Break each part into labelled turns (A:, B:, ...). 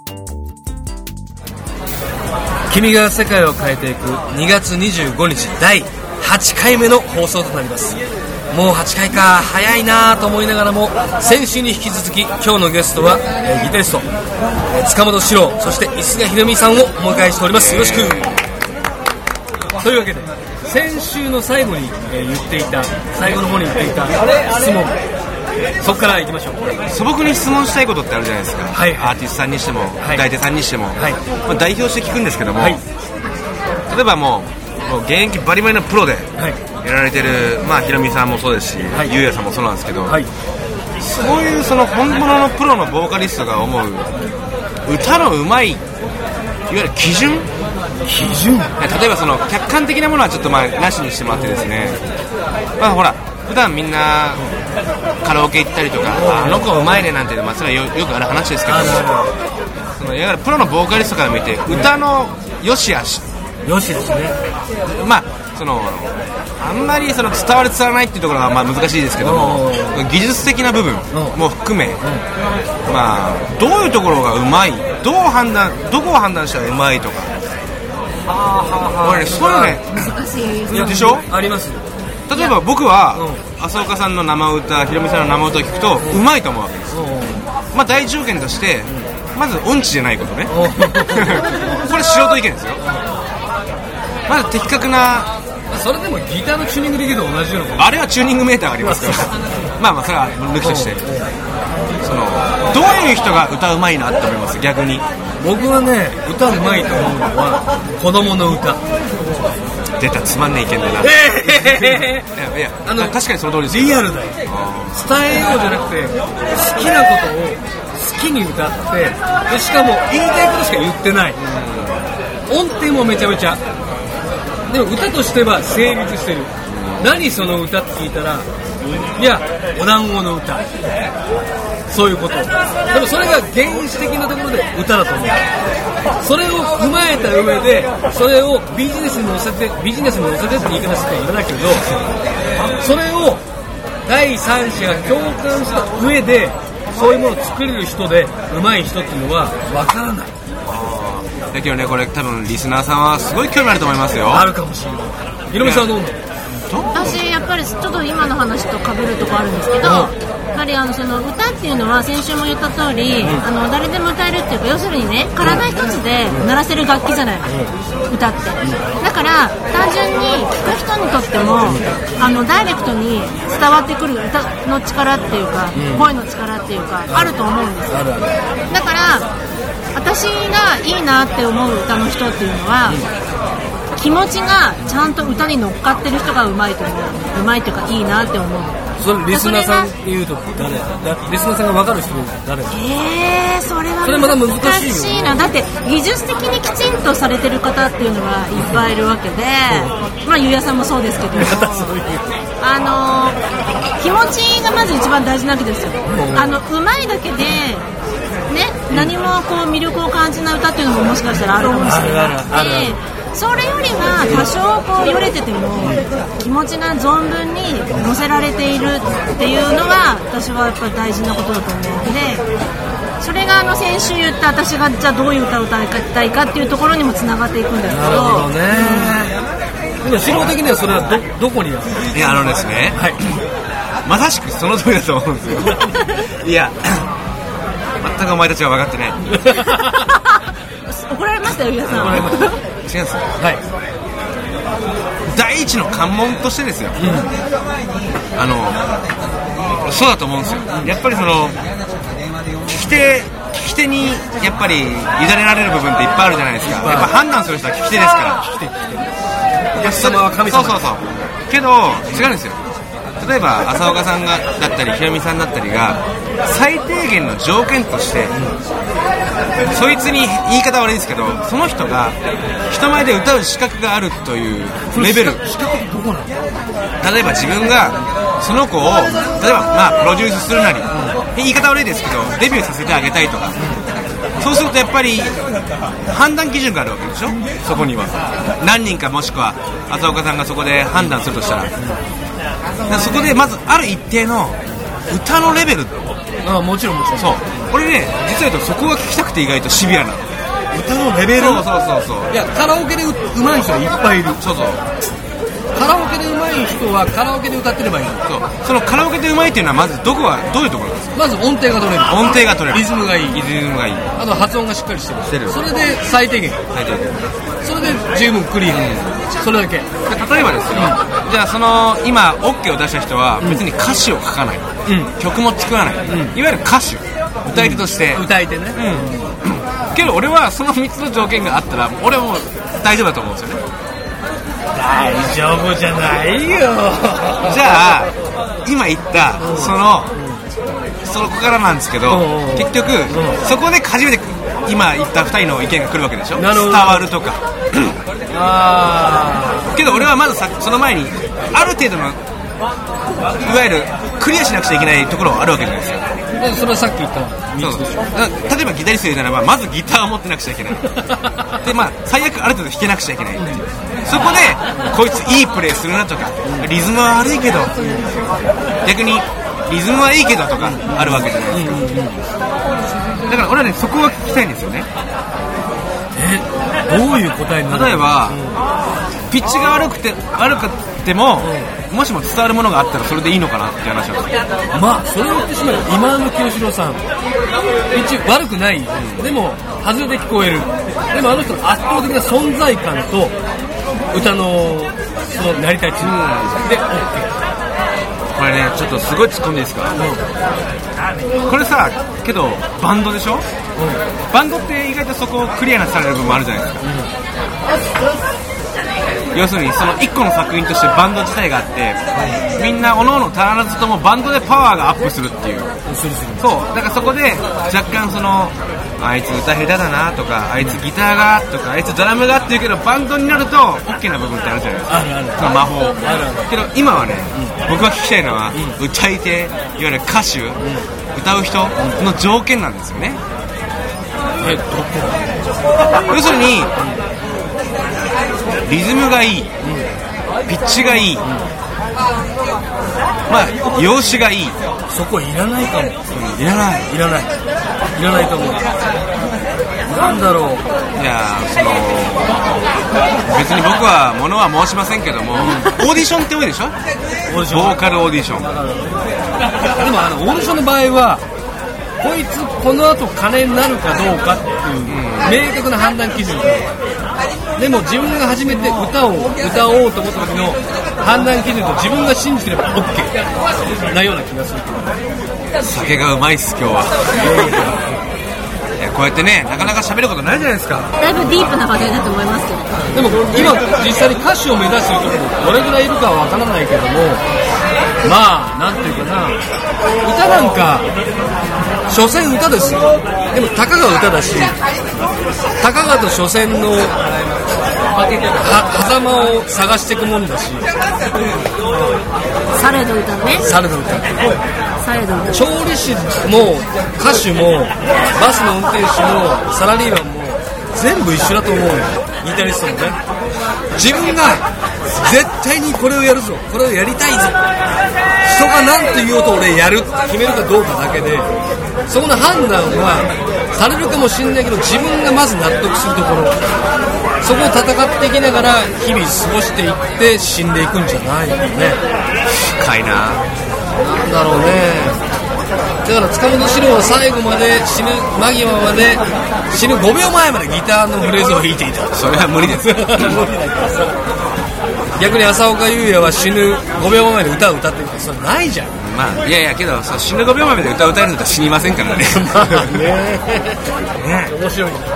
A: 君が世界を変えていく2月25日第8回目の放送となります。もう8回か早いなと思いながらも、先週に引き続き今日のゲストは、ギタリスト、塚本史郎、そして石賀ひろみさんをお迎えしております。よろしく。というわけで先週の最後に、言っていた、最後の方に言っていた質問、そこからいきましょう。
B: 素朴に質問したいことってあるじゃないですか、
A: はい、
B: アーティストさんにしても、
A: はい、
B: 歌い手さんにしても、はい、代表して聞くんですけども、
A: はい、
B: 例えばもう現役バリバリのプロでやられてる、ひろみさんもそうですし、
A: はい、
B: ゆうやさんもそうなんですけど、はい、そういうその本物のプロのボーカリストが思う歌のうまい、いわゆる基準、例えばその客観的なものはちょっとなしにしてもらってですね、ほら普段みんなカラオケ行ったりとか、あの子うまいねなんて、それはよくある話ですけど、そのいわゆるプロのボーカリストから見て歌の良し悪し、
A: よしですね。
B: そのあんまりその伝わる伝わらないっていうところは難しいですけども、技術的な部分も含め、どういうところがうまい、どこを判断したらうまいとか、俺ね、そういうのね、
C: 難しい
B: でしょ、
A: あります。
B: 例えば僕は浅岡さんの生歌、ひろみさんの生歌を聞くとうまいと思うわけです。第一条件としてまず音痴じゃないことねこれ素人意見ですよ。まず的確な、
A: それでもギターのチューニングできると同じような、
B: あれはチューニングメーターがありますからそれは抜きとして、そのどういう人が歌うまいなって思います。逆に
A: 僕はね、歌うまいと思うのは子供の歌。
B: 出た、つまんねえ意見だな。いや確かにその通りですよ。
A: リアルだよ。伝えようじゃなくて、好きなことを好きに歌って、でしかも言いたいことしか言ってない。音程もめちゃめちゃ、でも歌としては成立してる。何その歌って聞いたら、いやお団子の歌、そういうこと。でもそれが原始的なところで歌だと思う。それを踏まえた上で、それをビジネスに乗せてって言い方してはあれだけど、それを第三者が共感した上でそういうものを作れる人で上手い人っていうのは分からない。
B: だけどね、これ多分リスナーさんはすごい興味あると思いますよ。
A: あるかもしれない。ひろみさんはどうなの？
C: 私やっぱりちょっと今の話と被るとこあるんですけど、やはりその歌っていうのは先週も言った通り、誰でも歌えるっていうか、要するにね、体一つで鳴らせる楽器じゃない、歌って。だから単純に聴く人にとってもダイレクトに伝わってくる歌の力っていうか、声の力っていうかあると思うんですよ。だから私がいいなって思う歌の人っていうのは、気持ちがちゃんと歌に乗っかってる人がうまいと思う。うまいというかいいなって思う。
A: それリスナーさんっていうと誰？リスナーさんが分かる人誰？
C: それは
A: それまだ難しい
C: な。だって技術的にきちんとされてる方っていうのはいっぱいいるわけで、ゆうやさんもそうですけども、気持ちがまず一番大事なわけですよ。うまいだけでね、何も魅力を感じない歌っていうのももしかしたらあるかもしれなくて、それよりは多少よれてても気持ちが存分に乗せられているっていうのは私はやっぱり大事なことだと思うので、それが先週言った私がじゃあどういう歌を歌いたいかっていうところにもつながっていくんですけど。
A: なるほどね。今素人的にはそれは どこにある？
B: いやですね、はい、まさしくその通りだと思うんですよいや全くお前たちは分かってない
C: 怒られましたよ、皆さん。
B: 違うんですよ、はい、第一の関門としてですよ、そうだと思うんですよ。やっぱりその聞き手にやっぱり委ねられる部分っていっぱいあるじゃないですか。やっぱ判断する人は聞き手ですから。
A: お客様は神様。
B: そうけど違うんですよ。例えば浅岡さんだったりひろみさんだったりが最低限の条件として、そいつに言い方悪いですけど、その人が人前で歌う資格があるというレベル。
A: 資格どこなの？
B: 例えば自分がその子を例えばプロデュースするなり、言い方悪いですけどデビューさせてあげたいとか、そうするとやっぱり判断基準があるわけでしょ。そこには何人か、もしくは浅岡さんがそこで判断するとしたら、そこでまずある一定の歌のレベル。
A: もちろん
B: そう俺ね実は言うとそこが聞きたくて意外とシビアな
A: 歌のレベル。
B: そう
A: いやカラオケで上手い人はいっぱいいる。
B: そう
A: カラオケで上手い人はカラオケで歌ってればいいの。
B: そのカラオケで上手いっていうのはまずどういうところなんですか。
A: まず音程が取れる。リズムがいい。あと発音がしっかりしてる。それで最低限それで十分クリア、それだけ。
B: 例えばですよ、じゃあその今 OK を出した人は別に歌詞を書かない、曲も作らない、いわゆる歌手歌い手として、
A: 歌い手ね、
B: けど俺はその3つの条件があったら俺はもう大丈夫だと思うんですよね。
A: 大丈夫じゃないよ。
B: じゃあ今言ったそこからなんですけど、結局そこで初めて今言った2人の意見が来るわけでしょ。伝わるとかけど俺はまずその前にある程度のいわゆるクリアしなくちゃいけないところがあるわけじゃないですか。
A: それはさっき言った3つでしょ。
B: 例えばギタリストでならばまずギターを持ってなくちゃいけないで、最悪ある程度弾けなくちゃいけないっていう。そこでこいついいプレーするなとかリズムは悪いけど逆にリズムはいいけどとかあるわけじゃないですか。だから俺はねそこが聞きたいんですよね。
A: どういう答えになる。
B: 例えば、ピッチが悪くても、もしも伝わるものがあったらそれでいいのかなっていう話なんですよ。
A: それを言ってしまう。今の清志郎さんピッチ悪くない、でも外れて聞こえる。でもあの人の圧倒的な存在感と歌のその成り立ちで OK。
B: これねちょっとすごい突っ込んでいいですか。これさけどバンドでしょ、バンドって意外とそこをクリアなされる部分もあるじゃないですか、要するにその1個の作品としてバンド自体があって、みんな各々足らずともバンドでパワーがアップするっていう。そうだからそこで若干そのあいつ歌下手だなとかあいつギターがとかあいつドラムがって言うけどバンドになると OK な部分ってあるじゃないですか。その魔法けど今はね、僕が聞きたいのは歌い手いわゆる歌手、歌う人の条件なんですよね。要するにリズムがいい、ピッチがいい、容姿がいい。
A: そこいらないかも。
B: いらない
A: と思う。なんだろう。
B: いや別に僕は物は申しませんけども、オーディションって多いでしょ。ボーカルオーディション。でも
A: オーディションの場合はこいつこの後金になるかどうかっていう明確な判断基準でも自分が初めて歌おうと思った時の判断基準と自分が信じてれば OK なような気がする。
B: 酒がうまいっす今日はこうやってねなかなか喋ることないじゃないですか。
C: だいぶディープな話題だと思いますけど、
A: でも今実際に歌手を目指している人もどれぐらいいるかはわからないけども、なんていうかな、歌なんか所詮歌ですよ。でもたかが歌だし、たかがと所詮の狭間を探していくもんだし、
C: されど歌ね。調
A: 理師も歌手もバスの運転手もサラリーマンも全部一緒だと思うよ。ギタリストもね、自分が絶対にこれをやるぞ、これをやりたいぞ、人が何と言おうと俺やるって決めるかどうかだけで、そこの判断はされるかもしれないけど自分がまず納得するところ、そこを戦っていきながら日々過ごしていって死んでいくんじゃないのね。
B: 深いな。
A: なんだろうね。だから塚本史郎は最後まで死ぬ間際まで死ぬ5秒前までギターのフレーズを弾いていた。
B: それは無理です無理だけど
A: さ、逆に浅岡優也は死ぬ5秒前で歌を歌ってるってそれないじゃん。
B: いやけど死ぬ5秒前で歌を歌えるんだったら死にませんからね。
A: 面白いね。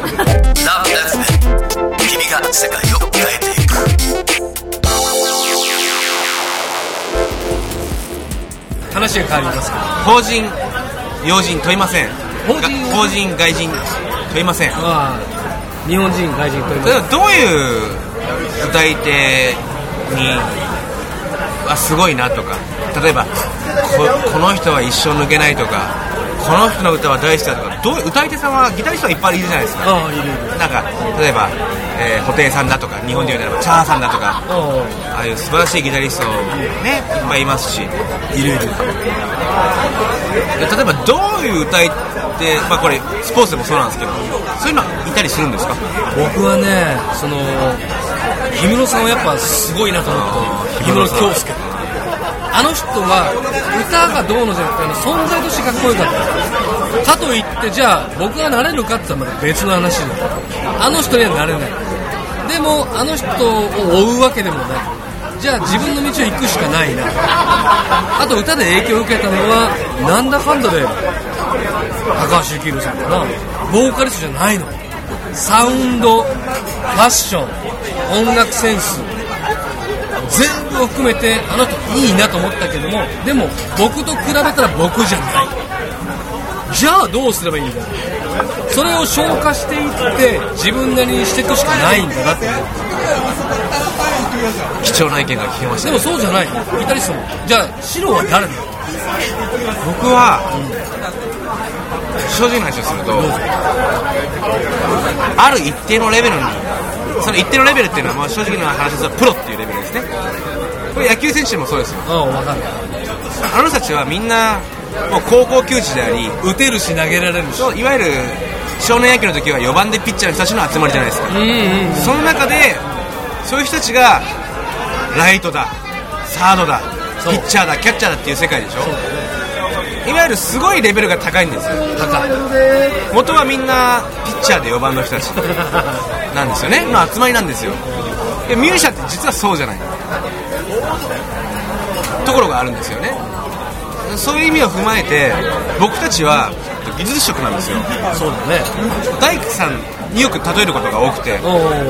D: 君が世界を変えていく。
A: 話が変わりますけど、
B: 法人要人問いません。法人外人問いません。
A: 日本人外人問いません。
B: どういう歌い手にすごいなとか、例えばこの人は一生抜けないとか、 この人の歌は大好きだとか、歌い手さんはギタリストはいっぱいいるじゃないですか。
A: ああ、いる。
B: なんか例えば、布袋さんだとか、日本で言うならばチャーさんだとか、ああいう素晴らしいギタリストね、いっぱいいますし、
A: いる。
B: で例えばどういう歌いって、まあ、これスポーツでもそうなんですけど、そういうのいたりするんですか？
A: 僕はね、氷室さんはやっぱすごいなと思って、氷室京介。あの人は歌がどうのじゃなくて、存在としてかっこよかった。かといってじゃあ僕がなれるかって言ったらまた別の話で、あの人にはなれない。でもあの人を追うわけでもない。じゃあ自分の道を行くしかないな。あと歌で影響を受けたのはなんだかんだで高橋幸宏さんかな。ボーカリストじゃないの。サウンド、ファッション、音楽センス全部を含めてあの人いいなと思ったけども、でも僕と比べたら僕じゃない。じゃあどうすればいいんだ。それを消化していって自分なりにしていくしかないんだなって。
B: 貴重な意見が聞けました、
A: ね。でもそうじゃない。ギタリストも。じゃあシロは誰だ。
B: 僕は、正直な話をすると、ある一定のレベルに、その一定のレベルっていうのは、まあ、正直な話をするとプロっていうレベルですね。これ野球選手でもそうですよ。
A: 分かる。
B: あの人たちはみんなもう高校球児であり、
A: 打てるし投げられるし、
B: いわゆる少年野球の時は4番でピッチャーの人たちの集まりじゃないですか。その中でそういう人たちがライトだ、サードだ、ピッチャーだ、キャッチャーだっていう世界でしょ。いわゆるすごいレベルが高いんですよ。
A: 高い。
B: 元はみんなピッチャーで4番の人たちなんですよね。の集まりなんですよ。ミュージシャンって実はそうじゃないところがあるんですよね。そういう意味を踏まえて僕たちは技術職なんですよ。
A: そうだね。
B: 大工さんによく例えることが多くて、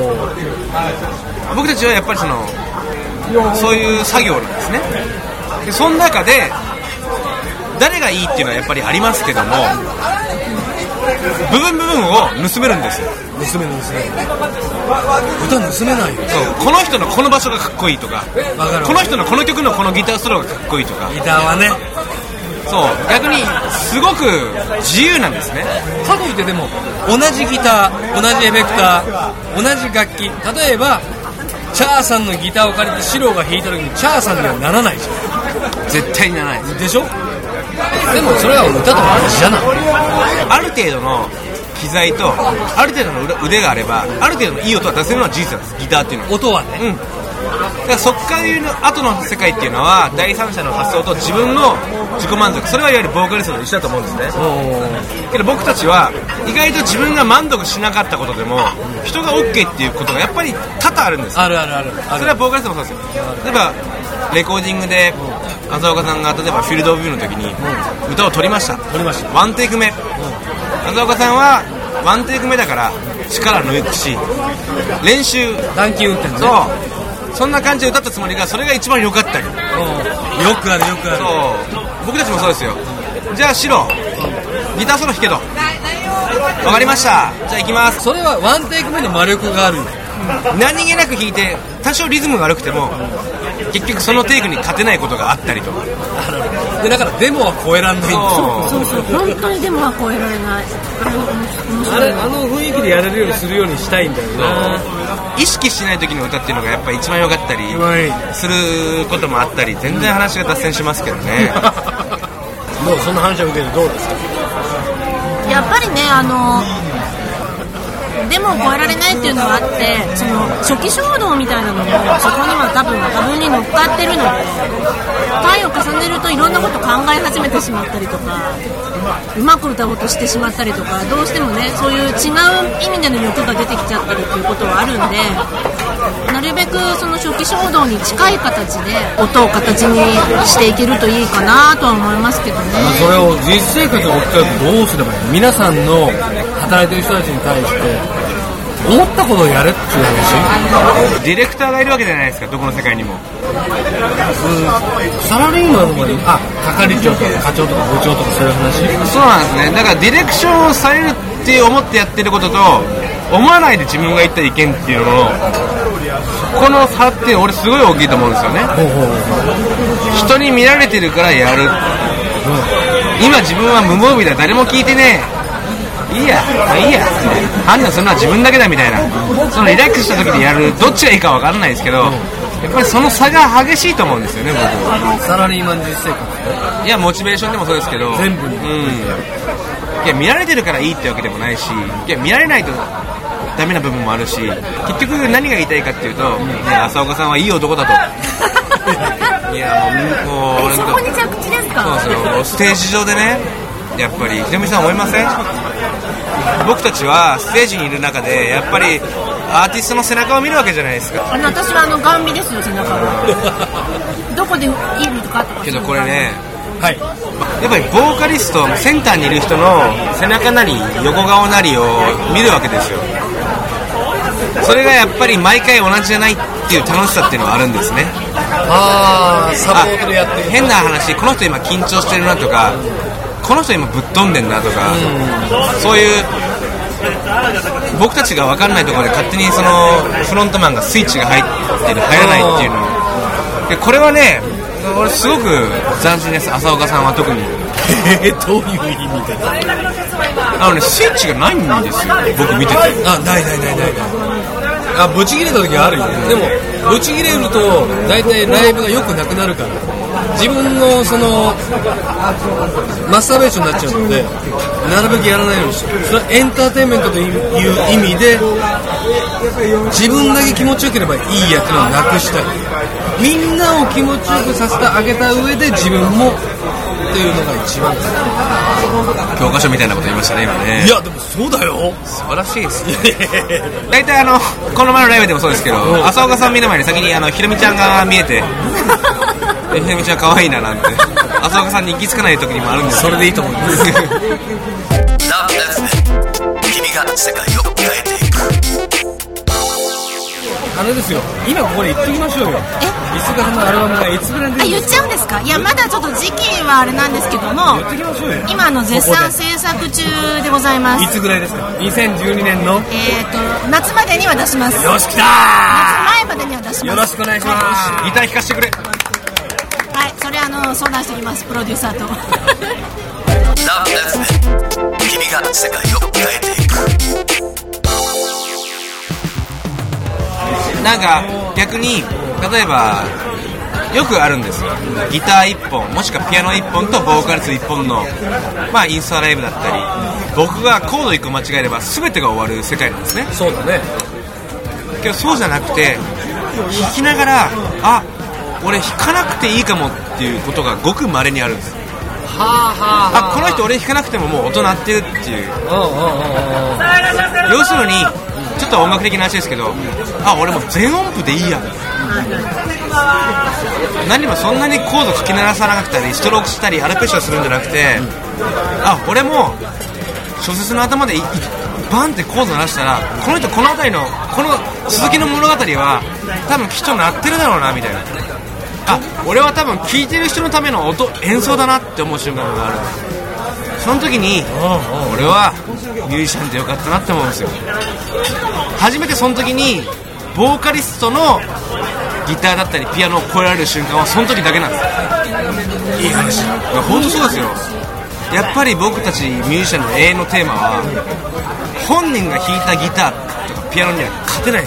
B: 僕たちはやっぱりそういう作業なんですね。でその中で誰がいいっていうのはやっぱりありますけども、部分を盗めるんですよ。
A: 盗める。歌盗めないよ。
B: そう、この人のこの場所がかっこいいとか、この人のこの曲のこのギターソロがかっこいいとか。
A: ギターはね、
B: そう、逆にすごく自由なんですね。
A: かといってでも同じギター、同じエフェクター、同じ楽器、例えばチャーさんのギターを借りてシロが弾いた時にチャーさんにはならないじゃん。
B: 絶対にならない
A: でしょ。でもそれは歌と同じじゃない。
B: ある程度の機材とある程度の腕があれば、ある程度のいい音は出せるのは事実なんです。ギターっていうのは
A: 音はね、
B: だからそっから言う後の世界っていうのは第三者の発想と自分の自己満足、それはいわゆるボーカリストと一緒だと思うんですね。けど僕たちは意外と自分が満足しなかったことでも人が OK っていうことがやっぱり多々あるんです。
A: ある。
B: それはボーカリストもそうですよ。例えばレコーディングで浅岡さんが例えばフィールドオブビューの時に歌を取りました。ワンテイク目、浅岡さんはワンテイク目だから力抜くし、練習
A: 短期運転ね。
B: そんな感じで歌ったつもりがそれが一番良かったり。よ
A: くある。
B: そう僕たちもそうですよ。じゃあシロギターソロ弾けと。わかりました、じゃあ行きます。
A: それはワンテイク目の魔力があるよ。
B: 何気なく弾いて多少リズムが悪くても結局そのテイクに勝てないことがあったりとか
A: で、だからデモは超えられないんですよ。
C: そう本当にデモは超えられない。
A: あの雰囲気でやれるようにするようにしたいんだよな。
B: 意識しない時の歌っていうのがやっぱり一番良かったりすることもあったり、全然話が脱線しますけどね
A: もうそんな話を受けてどうですか。
C: やっぱりね、でも超えられないっていうのがあって、その初期衝動みたいなのもそこには多分に乗っかってるので、回を重ねるといろんなこと考え始めてしまったりとか、うまく歌おうとしてしまったりとか、どうしてもねそういう違う意味での欲が出てきちゃったりっていうことはあるんで、なるべくその初期衝動に近い形で音を形にしていけるといいかなとは思いますけどね。
A: それを実生活を置き換えてどうすればいい。皆さんの働いてる人たちに対して思ったことをやれっていう話。
B: ディレクターがいるわけじゃないですか、どこの世界にも。
A: サラリーマンの係長とか課長とか部長とかそういう話。
B: そうなんですね。だからディレクションをされるって思ってやってることと思わないで自分が言った意見っていうののこの差って俺すごい大きいと思うんですよね。人に見られてるからやる、 今自分は無防備だ、誰も聞いてねえ、いいや、まあいいや、判断するのは自分だけだみたいな、そのリラックスした時にやるどっちがいいか分からないですけど、やっぱりその差が激しいと思うんですよね、僕。
A: サラリーマン実生活
B: いや、モチベーションでもそうですけど、
A: 全部に、
B: いや見られてるからいいってわけでもないし、いや見られないとダメな部分もあるし、結局何が言いたいかっていうと、浅岡さんはいい男だといやもう
C: そこに着地ですか？
B: そうですよ、ステージ上でね、やっぱりひろみさん思いません？僕たちはステージにいる中でやっぱりアーティストの背中を見るわけじゃないですか。
C: 私はガンビですよ、背中はどこでいるかとか。
B: けどこれね、
A: はい、
B: やっぱりボーカリスト、センターにいる人の背中なり横顔なりを見るわけですよ。それがやっぱり毎回同じじゃないっていう楽しさっていうのはあるんですね。
A: サポートでやってる。
B: 変な話、この人今緊張してるなとか、この人今ぶっ飛んでんなとか、そういう僕たちが分かんないところで勝手にそのフロントマンがスイッチが入ってる入らないっていうので、これはね、俺すごく斬新です。浅岡さんは特に
A: どういう意味で？
B: スイッチがないんですよ、僕見てて。
A: ない。ブチ切れた時はあるよね。でもブチ切れると大体ライブが良くなくなるから、自分のそのマスターベーションになっちゃうので、なるべくやらないようにして、それはエンターテインメントという意味で自分だけ気持ちよければいいやっていうのをなくしたい。みんなを気持ちよくさせてあげた上で自分もっていうのが一番
B: 教科書みたいなこと言いましたね今ね。
A: いやでもそうだよ、
B: 素晴らしいですね。大体この前のライブでもそうですけど、浅岡さん見る前に先にひろみちゃんが見えてひろみちゃん可愛いななんて浅岡さんに行き着かない時にもあるんです。
A: それでいいと思います
D: 君が世界を変えていく。
A: あれですよ、今ここで言ってきましょうよ。石塚さんのアルバムがいつぐらいに出るんですか？
C: 言っちゃうんですか？いやまだちょっと時期はあれなんですけども、
A: 言ってきましょうよ。
C: 今絶賛制作中でございます。
A: いつぐらいですか？2012年の
C: 夏までには出します。
A: よし、来たー。
C: 夏前までには出します。
A: よろしくお願いします。
B: ギター弾かせてくれ。
C: はい、それ相談してきます、プロデューサーと
D: 君が世界を変えていく。
B: なんか逆に例えばよくあるんですよ、ギター1本もしくはピアノ1本とボーカル2 1本の、インスタライブだったり、僕がコード1個間違えれば全てが終わる世界なんですね。
A: そうだね。
B: けどそうじゃなくて、弾きながら俺弾かなくていいかもっていうことがごく稀にあるんです。この人俺弾かなくてももう音鳴ってるっていう。要するにちょっと音楽的な話ですけど、俺も全音符でいいや。何もそんなにコードかき鳴らさなくたりストロークしたりアルペジオするんじゃなくて、俺も小説の頭でバンってコード鳴らしたら、この人この辺りのこの続きの物語は多分きっと鳴ってるだろうなみたいな。俺は多分聴いてる人のための演奏だなって思う瞬間がある。その時に俺はミュージシャンでよかったなって思うんですよ。初めてその時にボーカリストのギターだったりピアノを超えられる瞬間はその時だけなんです。いい話。本当そうですよ。やっぱり僕たちミュージシャンの永遠のテーマは、本人が弾いたギターとかピアノには勝てないです。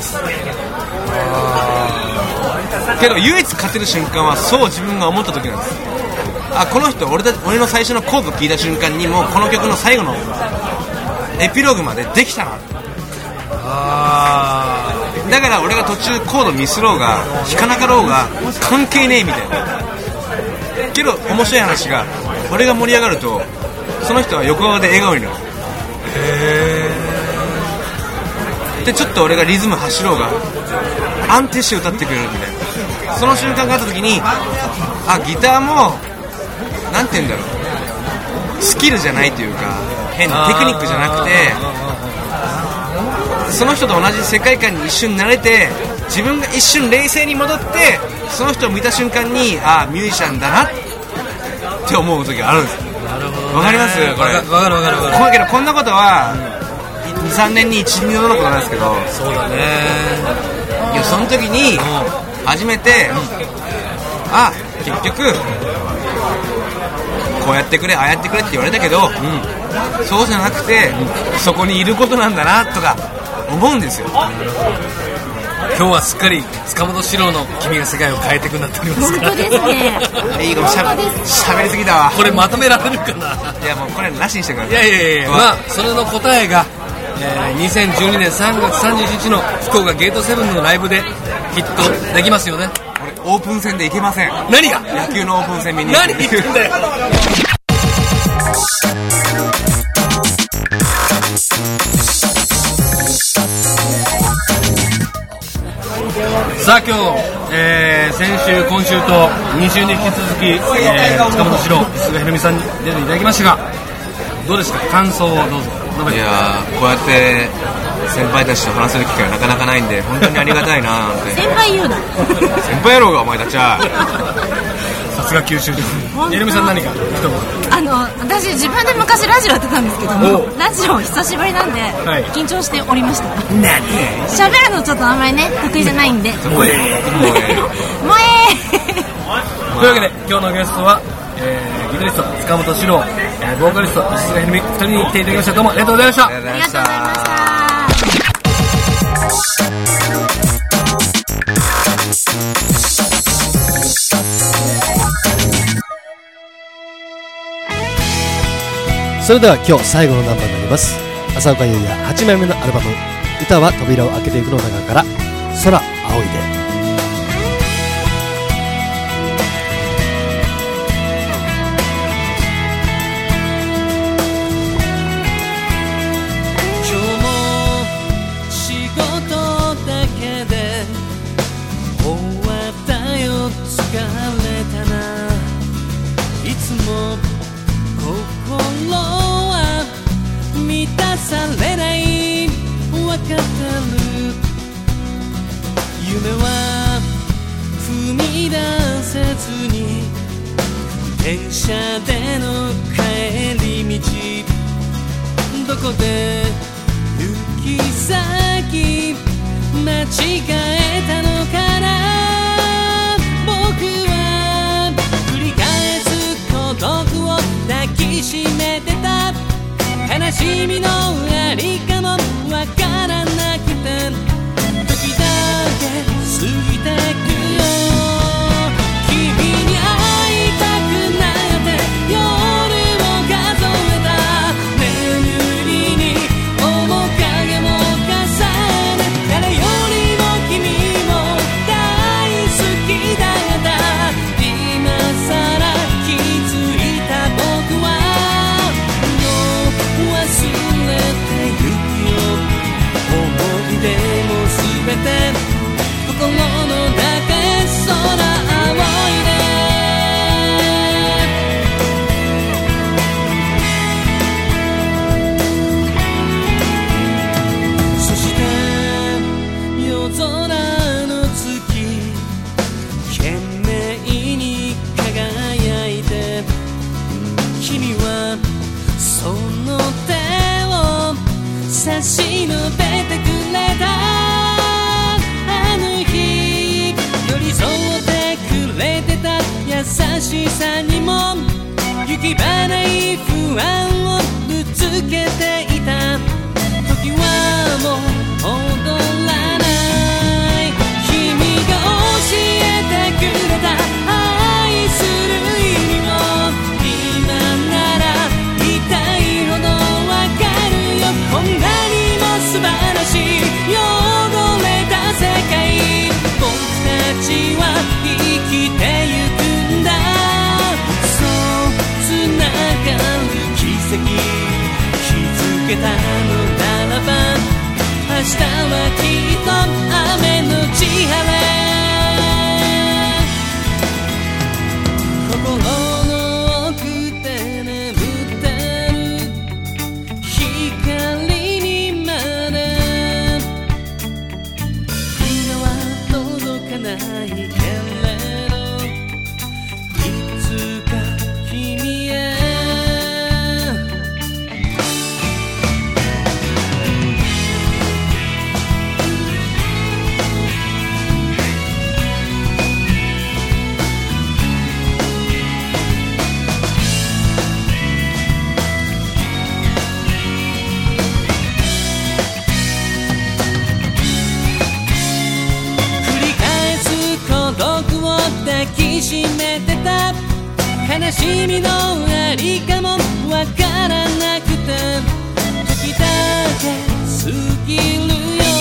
B: けど唯一勝てる瞬間はそう自分が思った時なんです。この人俺の最初のコードを聴いた瞬間にもうこの曲の最後のエピローグまでできたな。だから俺が途中コードミスろうが弾かなかろうが関係ねえみたいな。けど面白い話が、俺が盛り上がるとその人は横顔で笑顔になる。でちょっと俺がリズム走ろうが安定して歌ってくれるみたいな。その瞬間があった時に、ギターもなんて言うんだろう、スキルじゃないというか変なテクニックじゃなくて、その人と同じ世界観に一瞬慣れて、自分が一瞬冷静に戻ってその人を見た瞬間にミュージシャンだなって思う時があるんです。わかります？これ
A: わかる。
B: けどこんなことは 2,3 年に 1,2 度のことなんですけど、
A: そうだね。
B: いやその時に初めて結局こうやってくれああやってくれって言われたけど、そうじゃなくて、そこにいることなんだなとか思うんですよ。
A: 今日はすっかり塚本史郎の君が世界を変えていくなっております
C: 本当ですね。
B: いいかもしゃべりすぎたわ。
A: これまとめられるかな。
B: いやもうこれなしにしてください。
A: いや、まあそれの答えが、2012年3月31日の福岡ゲートセブンのライブできっとできますよね。
B: 俺オープン戦で行けません。
A: 何が
B: 野球のオープン戦見に
A: 何言ってんだよ。さあ今日、先週今週と2週に引き続き、塚本史郎菅ひろみさんに出ていただきましたが、どうですか、感想をどうぞ述べて。
B: いやこうやって先輩たちと話せる機会はなかなかないんで本当にありがたいななんて。
C: 先輩言うな。
B: 先輩やろうがお前たちは。
A: さすが九州です。ひろみさん何か一言。
C: 私自分で昔ラジオやってたんですけども、ラジオ久しぶりなんで、緊張しておりました。喋るのちょっとあんまりね得意じゃないんで。
A: もえというわけで今日のゲストは、ギタリスト塚本史郎、ボーカリスト菅ひろみ2人に来ていただきました。どうもありがとうございました。
C: ありがとうございました。
E: それでは今日最後のナンバーになります。浅岡優也8枚目のアルバム「歌は扉を開けていく」の中から「空青いで」。
F: 夢は踏み出せずに電車での帰り道、どこで行き先間違えたのかな。僕は繰り返す孤独を抱きしめてた。悲しみのありかもわからなくて時だけ過ぎてくよ。君に会いたくなって夜を数えた。眠りに面影も重ね、誰よりも君も大好きだった。今さら気づいた僕はもう忘れてゆくよ。思い出もすべて心の中へ空仰いで。そして夜空の月懸命に輝いて、君はその手を差し伸べてくれた。寄り添ってくれてた優しさにも行き場ない不安をぶつけていた。時はもう戻らない。君が教えてくれた愛する意味も今なら痛いほどわかるよ。こんなにも素晴らしい汚れた世界、僕たちは生きてゆくんだ。そう繋がる奇跡気づけたのならば、明日はきっと雨のち晴れ。心の奥で眠ってる光にまで今は届かないけれど、いつか君へしみのありかもわからなくて時だけ過ぎるよ。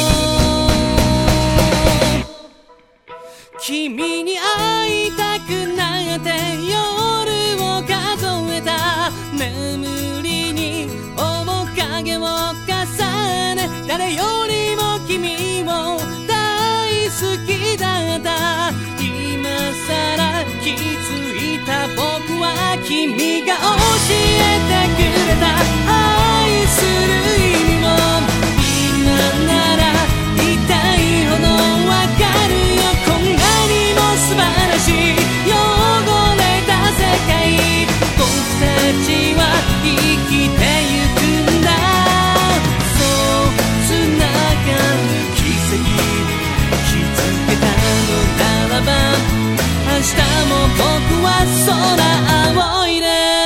F: 君に会いたくなって夜を数えた眠りに面影を重ね誰よりも君を大好きだった今さら気づいた僕は君が教えてくれた愛する意味も今なら痛いほどわかるよ。こんなにも素晴らしい汚れた世界僕たちは生きてゆくんだ。そうつながる奇跡気づけたのならば明日も僕は空仰い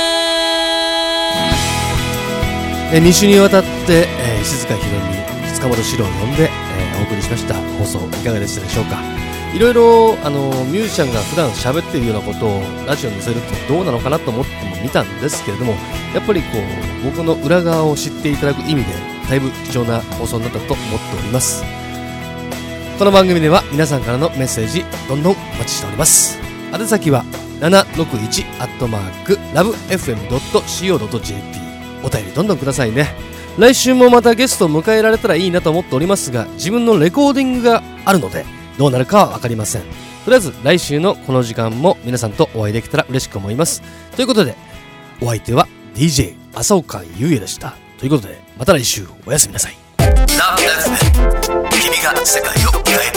F: で。
E: 2週にわたって、静香ひろみ、塚本史郎を呼んで、お送りしました放送いかがでしたでしょうか。いろいろミュージシャンが普段喋っているようなことをラジオに載せるってどうなのかなと思っても見たんですけれども、やっぱりこう僕の裏側を知っていただく意味でだいぶ貴重な放送になったと思っております。この番組では皆さんからのメッセージどんどんお待ちしております。宛先は 761@lovefm.co.jp お便りどんどんくださいね。来週もまたゲストを迎えられたらいいなと思っておりますが、自分のレコーディングがあるのでどうなるかは分かりません。とりあえず来週のこの時間も皆さんとお会いできたら嬉しく思います。ということでお相手は DJ 浅岡優也でした。ということでまた来週おやすみなさい。
D: ラブ FM 君が世界を変えて